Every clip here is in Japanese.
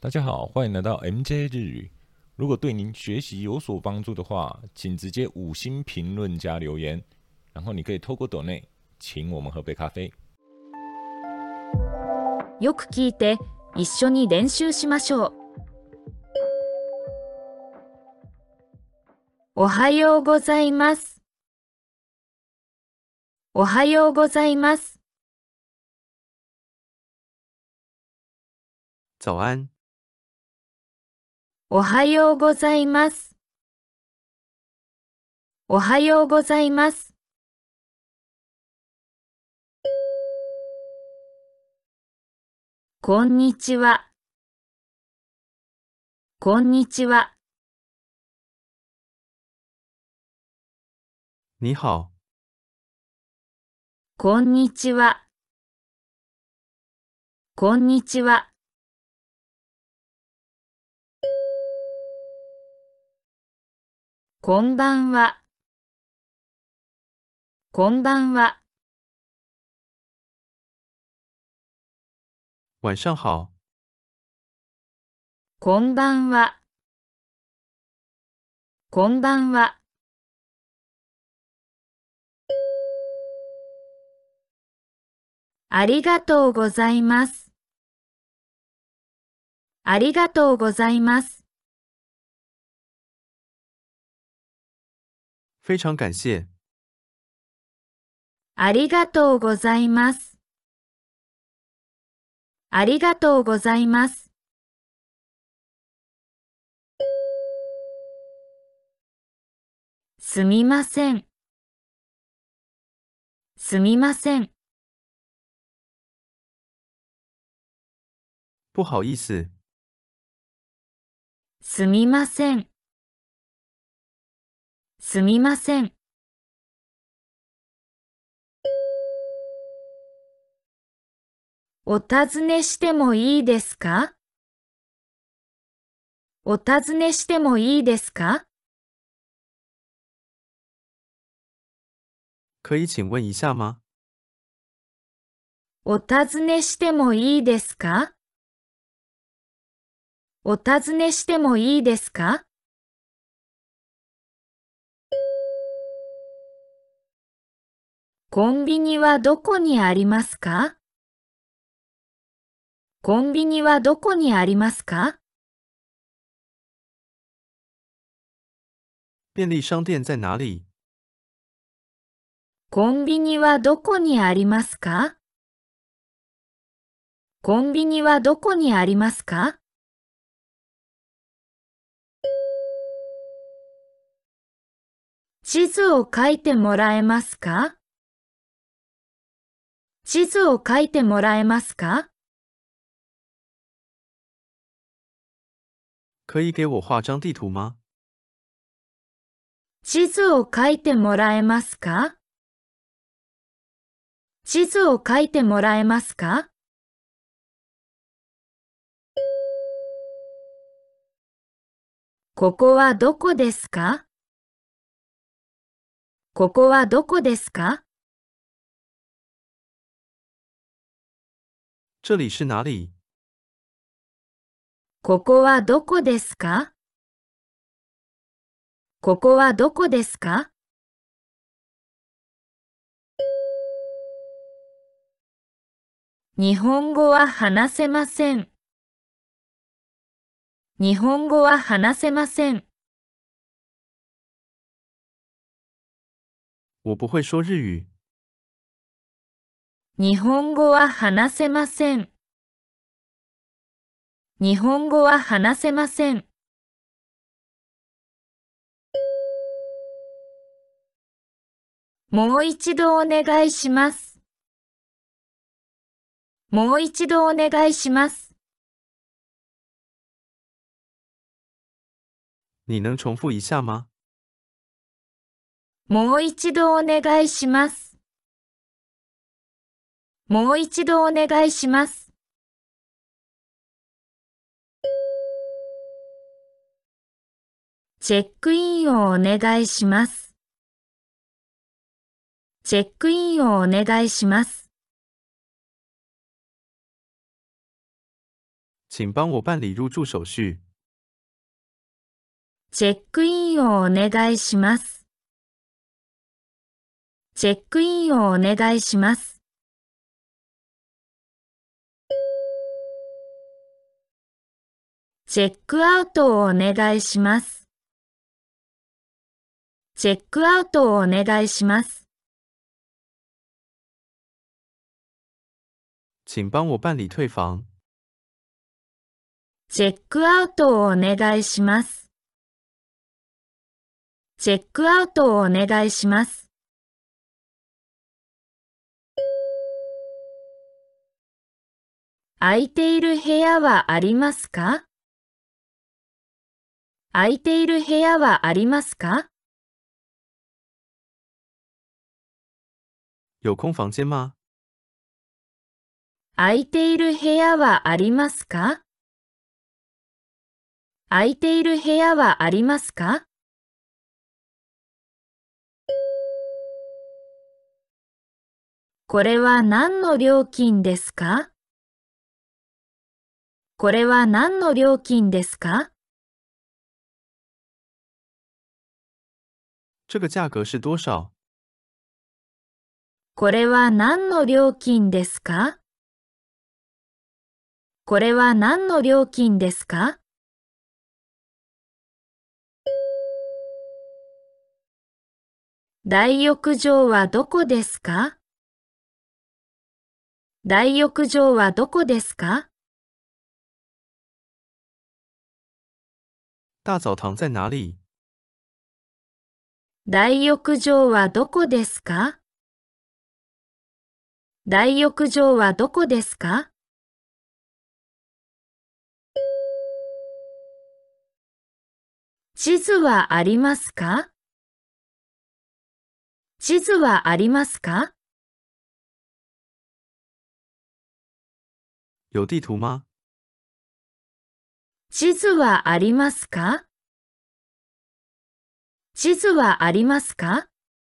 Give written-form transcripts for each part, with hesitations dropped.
大家好，欢迎来到 MJ 日语。如果对您学习有所帮助的话，请直接五星评论加留言，然后你可以透过抖内请我们喝杯咖啡。 よく聞いて、一緒に練習しましょう。おはようございます。おはようございます。 早安。 おはようございます。おはようございます。こんにちは。こんにちは。 你好。 こんにちは。こんにちは。こんばんは。こんばんは。 晚上好。 こんばんは。こんばんは。ありがとうございます。ありがとうございます。 非常感謝。 ありがとうございます。ありがとうございます。すみません。すみません。 不好意思。 すみません。すみません。お尋ねしてもいいですか？お尋ねしてもいいですか？ 可以請問一下嗎？ お尋ねしてもいいですか？お尋ねしてもいいですか？コンビニはどこにありますか？コンビニはどこにありますか？ 便利商店在哪里？ コンビニはどこにありますか？コンビニはどこにありますか？地図を書いてもらえますか？地図を書いてもらえますか？ 可以給我畫張地圖嗎？ 地図を書いてもらえますか？地図を書いてもらえますか？ここはどこですか？ここはどこですか？ 這裡是哪裡？ ここはどこですか？ここはどこですか？日本語は話せません。日本語は話せません。 我不會說日語。 日本語は話せません。日本語は話せません。もう一度お願いします。もう一度お願いします。 你能重複一下嗎？ もう一度お願いします。もう一度お願いします。チェックインをお願いします。チェックインをお願いします。 请帮我办理入住手续。 チェックインをお願いします。チェックインをお願いします。チェックアウトをお願いします。チェックアウトをお願いします。 请帮我办理退房。 チェックアウトをお願いします。チェックアウトをお願いします。空いている部屋はありますか？空いている部屋はありますか？ 有空房间吗？ 空いている部屋はありますか？空いている部屋はありますか？これは何の料金ですか？これは何の料金ですか？ 这个价格是多少？ これは何の料金ですか？これは何の料金ですか？大浴場はどこですか？大浴場はどこですか？ 大澡堂在哪里？ 大浴場はどこですか？大浴場はどこですか？地図はありますか？地図はありますか？ 有地图吗？ 地図はありますか？地図はありますか？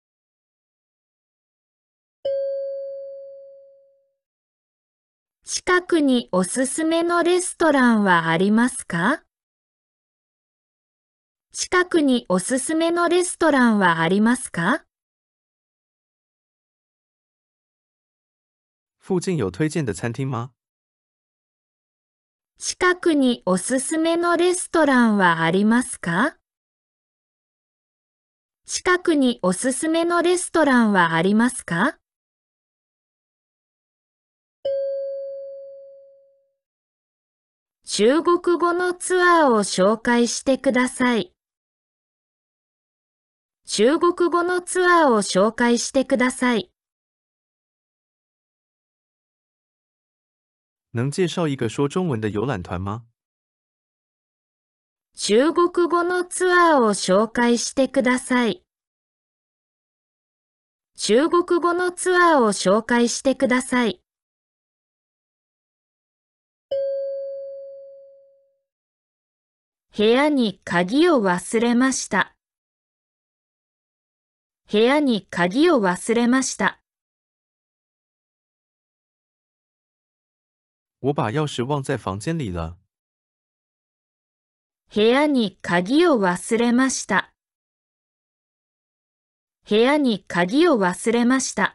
近くにおすすめのレストランはありますか？近くにおすすめのレストランはありますか？ 附近有推荐的餐厅吗？ 近くにおすすめのレストランはありますか？近くにおすすめのレストランはありますか？中国語のツアーを紹介してください。中国語のツアーを紹介してください。 能介绍一个说中文的游览团吗？ 中国語のツアーを紹介してください。中国語のツアーを紹介してください。部屋に鍵を忘れました。部屋に鍵を忘れました。 我把钥匙忘在房间里了。 部屋に鍵を忘れました。部屋に鍵を忘れました。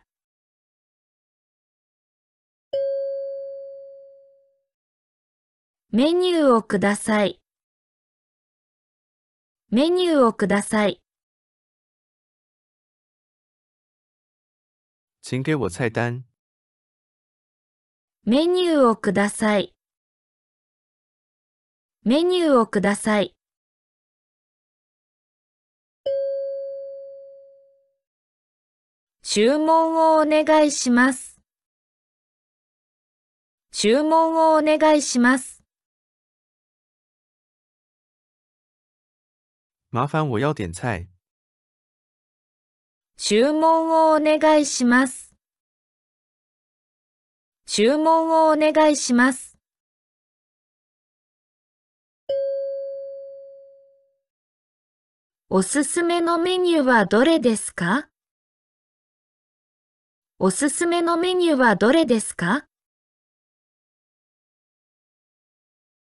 メニューをください。メニューをください。 请给我菜单。 メニューをください。メニューをください。注文をお願いします。注文をお願いします。 麻烦我要点菜。 注文をお願いします。注文をお願いします。おすすめのメニューはどれですか？おすすめのメニューはどれですか？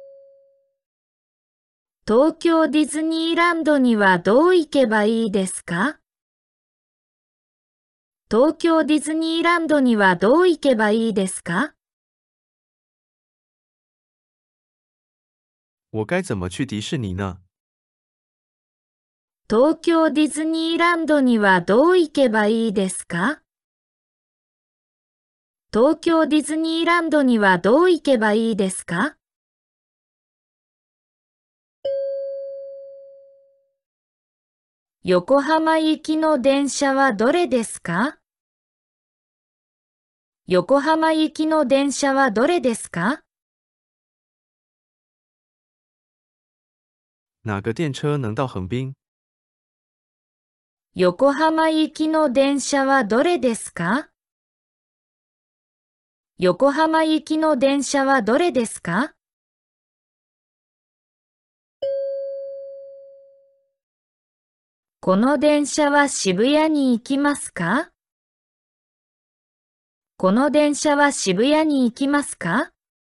東京ディズニーランドにはどう行けばいいですか？東京ディズニーランドにはどう行けばいいですか？ 我该怎么去迪士尼呢？ 東京ディズニーランドにはどう行けばいいですか？東京ディズニーランドにはどう行けばいいですか？ 横浜行きの電車はどれですか？横浜行きの電車はどれですか？ 哪个电车能到横滨？ 横浜行きの電車はどれですか？横浜行きの電車はどれですか？この電車は渋谷に行きますか？この電車は渋谷に行きますか？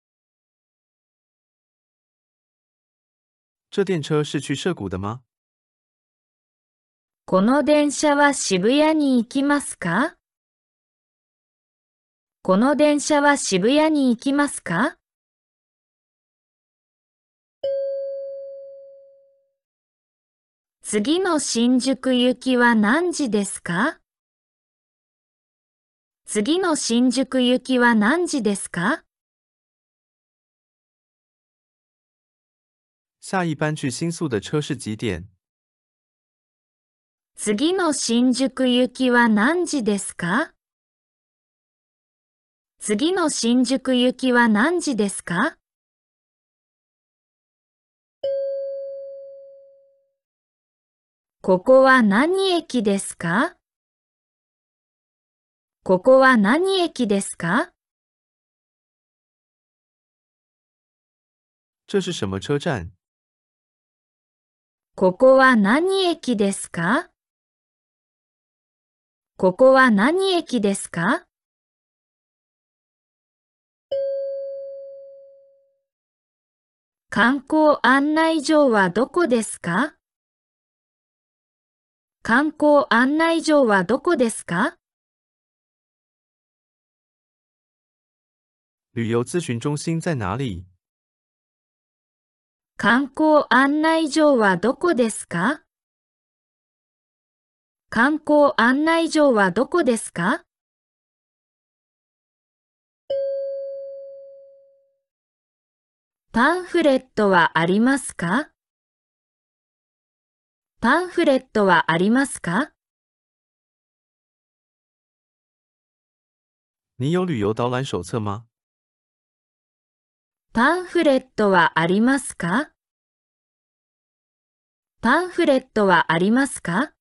这电车是去涩谷的吗？ この電車は渋谷に行きますか？この電車は渋谷に行きますか？次の新宿行きは何時ですか？次の新宿行きは何時ですか？ 下一班去新宿的车是几点？ 次の新宿行きは何時ですか？次の新宿行きは何時ですか？ここは何駅ですか？ここは何駅ですか？ 这是什么车站？ ここは何駅ですか？ここは何駅ですか？観光案内所はどこですか？観光案内所はどこですか？ 旅游咨询中心在哪里？ 観光案内所はどこですか？観光案内所はどこですか？パンフレットはありますか？パンフレットはありますか？ 你有旅游导览手册吗？ パンフレットはありますか？パンフレットはありますか？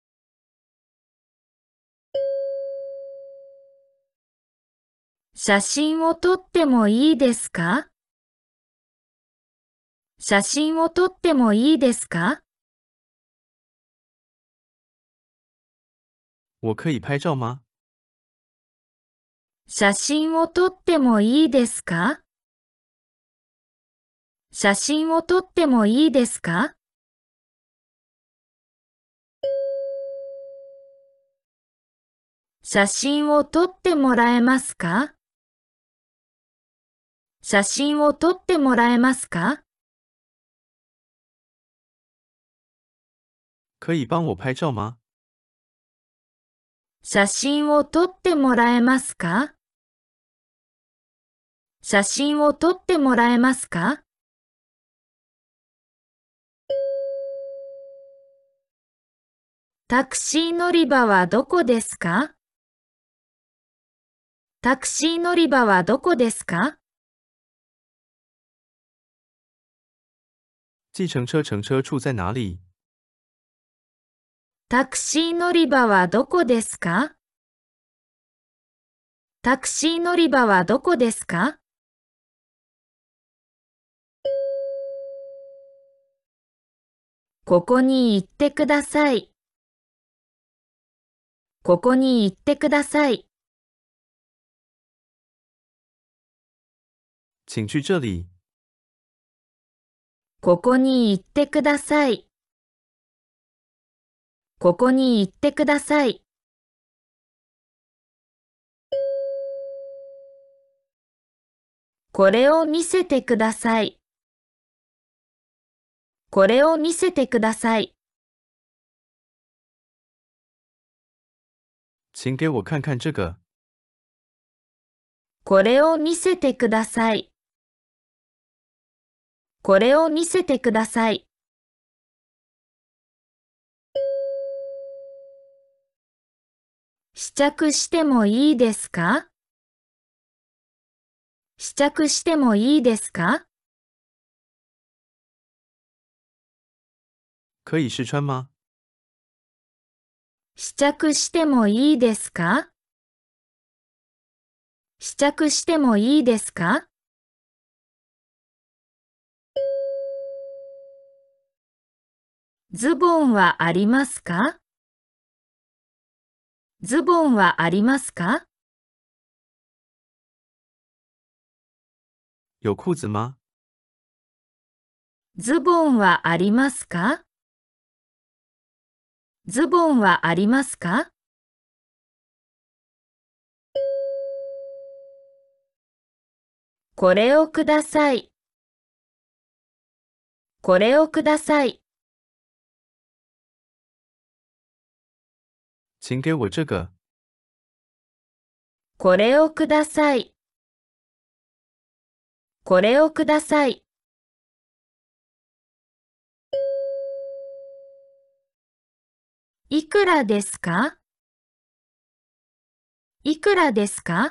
写真を撮ってもいいですか？写真を撮ってもいいですか？ 我可以拍照吗？ 写真を撮ってもいいですか？写真を撮ってもいいですか？写真を撮ってもらえますか？写真を撮ってもらえますか？ 可以帮我拍照吗？ 写真を撮ってもらえますか？写真を撮ってもらえますか？タクシー乗り場はどこですか？タクシー乗り場はどこですか？ 计程车乘车处在哪里？ タクシー乗り場はどこですか？タクシー乗り場はどこですか？ここに行ってください。ここに行ってください。 请去这里。 ここに行ってください。ここに行ってください。これを見せてください。これを見せてください。 请给我看看这个。 これを見せてください。これを見せてください。 試着してもいいですか？試着してもいいですか？ 可以试穿吗？ 試着してもいいですか？試着してもいいですか？ズボンはありますか？ズボンはありますか？ 有裤子吗？ ズボンはありますか？ズボンはありますか？これをください。これをください。 请给我这个。 これをください。これをください。いくらですか？いくらですか？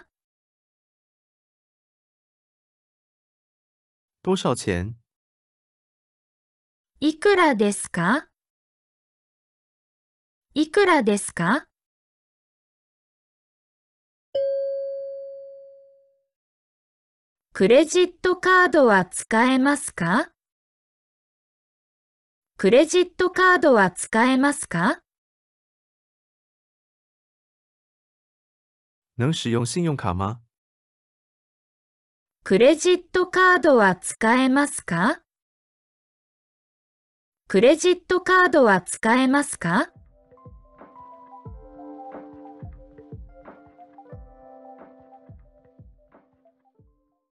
多少钱？ いくらですか？いくらですか？クレジットカードは使えますか？クレジットカードは使えますか？ 能使用信用卡吗？ クレジットカードは使えますか？クレジットカードは使えますか？